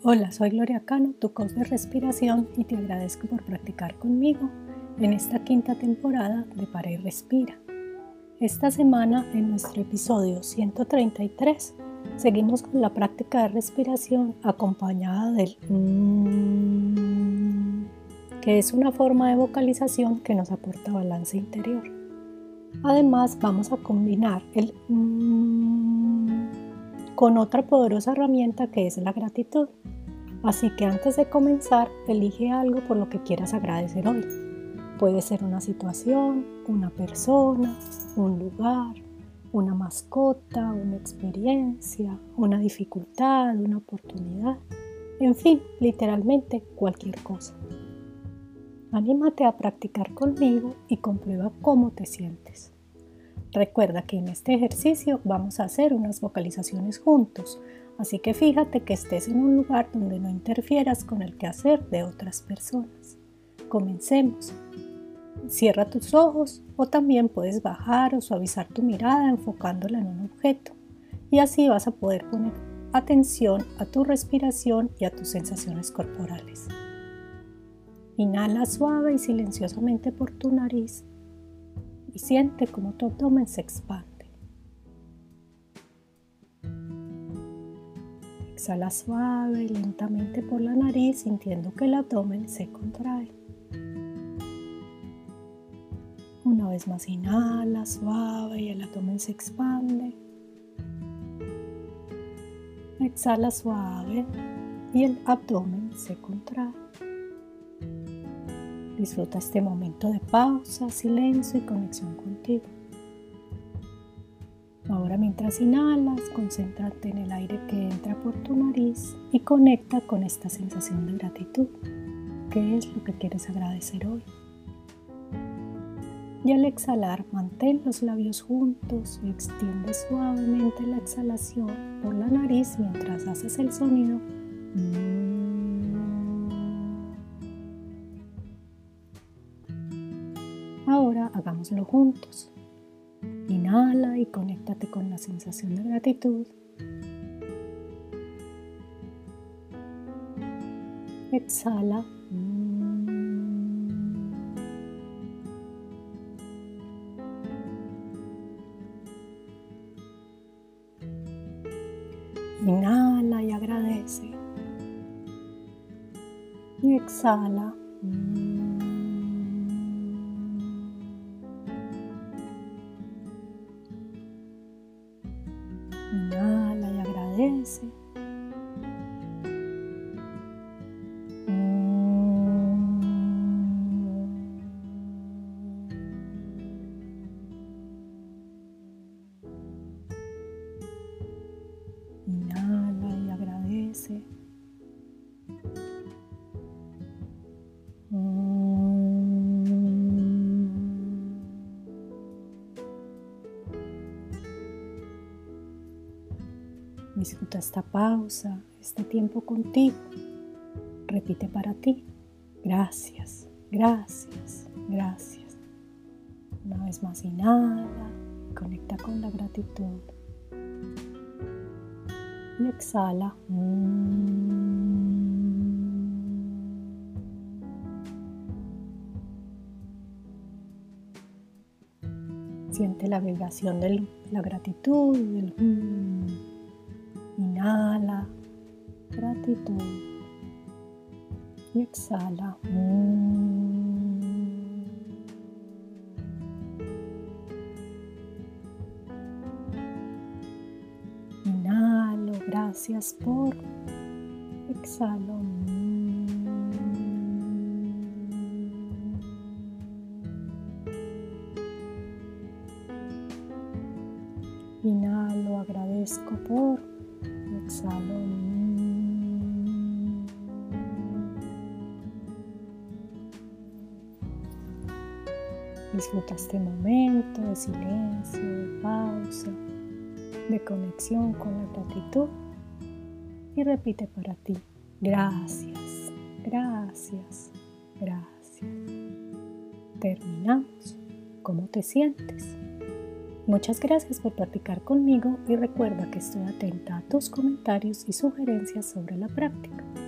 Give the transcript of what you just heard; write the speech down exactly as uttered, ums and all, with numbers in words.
Hola, soy Gloria Cano, tu coach de respiración, y te agradezco por practicar conmigo en esta quinta temporada de Para y Respira. Esta semana, en nuestro episodio ciento treinta y tres, seguimos con la práctica de respiración acompañada del mmm, que es una forma de vocalización que nos aporta balance interior. Además, vamos a combinar el mmm con otra poderosa herramienta que es la gratitud. Así que antes de comenzar, elige algo por lo que quieras agradecer hoy. Puede ser una situación, una persona, un lugar, una mascota, una experiencia, una dificultad, una oportunidad, en fin, literalmente cualquier cosa. Anímate a practicar conmigo y comprueba cómo te sientes. Recuerda que en este ejercicio vamos a hacer unas vocalizaciones juntos, así que fíjate que estés en un lugar donde no interfieras con el quehacer de otras personas. Comencemos. Cierra tus ojos o también puedes bajar o suavizar tu mirada enfocándola en un objeto, y así vas a poder poner atención a tu respiración y a tus sensaciones corporales. Inhala suave y silenciosamente por tu nariz y siente cómo tu abdomen se expande. Exhala suave y lentamente por la nariz, sintiendo que el abdomen se contrae. Una vez más inhala suave y el abdomen se expande. Exhala suave y el abdomen se contrae. Disfruta este momento de pausa, silencio y conexión contigo. Ahora, mientras inhalas, concéntrate en el aire que entra por tu nariz y conecta con esta sensación de gratitud. ¿Qué es lo que quieres agradecer hoy? Y al exhalar, mantén los labios juntos y extiende suavemente la exhalación por la nariz mientras haces el sonido mmm. Ahora hagámoslo juntos. Inhala y conéctate con la sensación de gratitud. Exhala. Inhala y agradece. Y exhala. Inhala y agradece. Inhala y agradece. Disfruta esta pausa, este tiempo contigo. Repite para ti. Gracias, gracias, gracias. Una vez más inhala, conecta con la gratitud. Y exhala. Siente la vibración de la gratitud, del mm. Inhala, gratitud, y exhala. Inhalo, gracias por, exhalo. Inhalo, agradezco por, exhalo. Disfruta este momento de silencio, de pausa, de conexión con la gratitud y repite para ti. Gracias, gracias, gracias. Terminamos. ¿Cómo te sientes? Muchas gracias por practicar conmigo y recuerda que estoy atenta a tus comentarios y sugerencias sobre la práctica.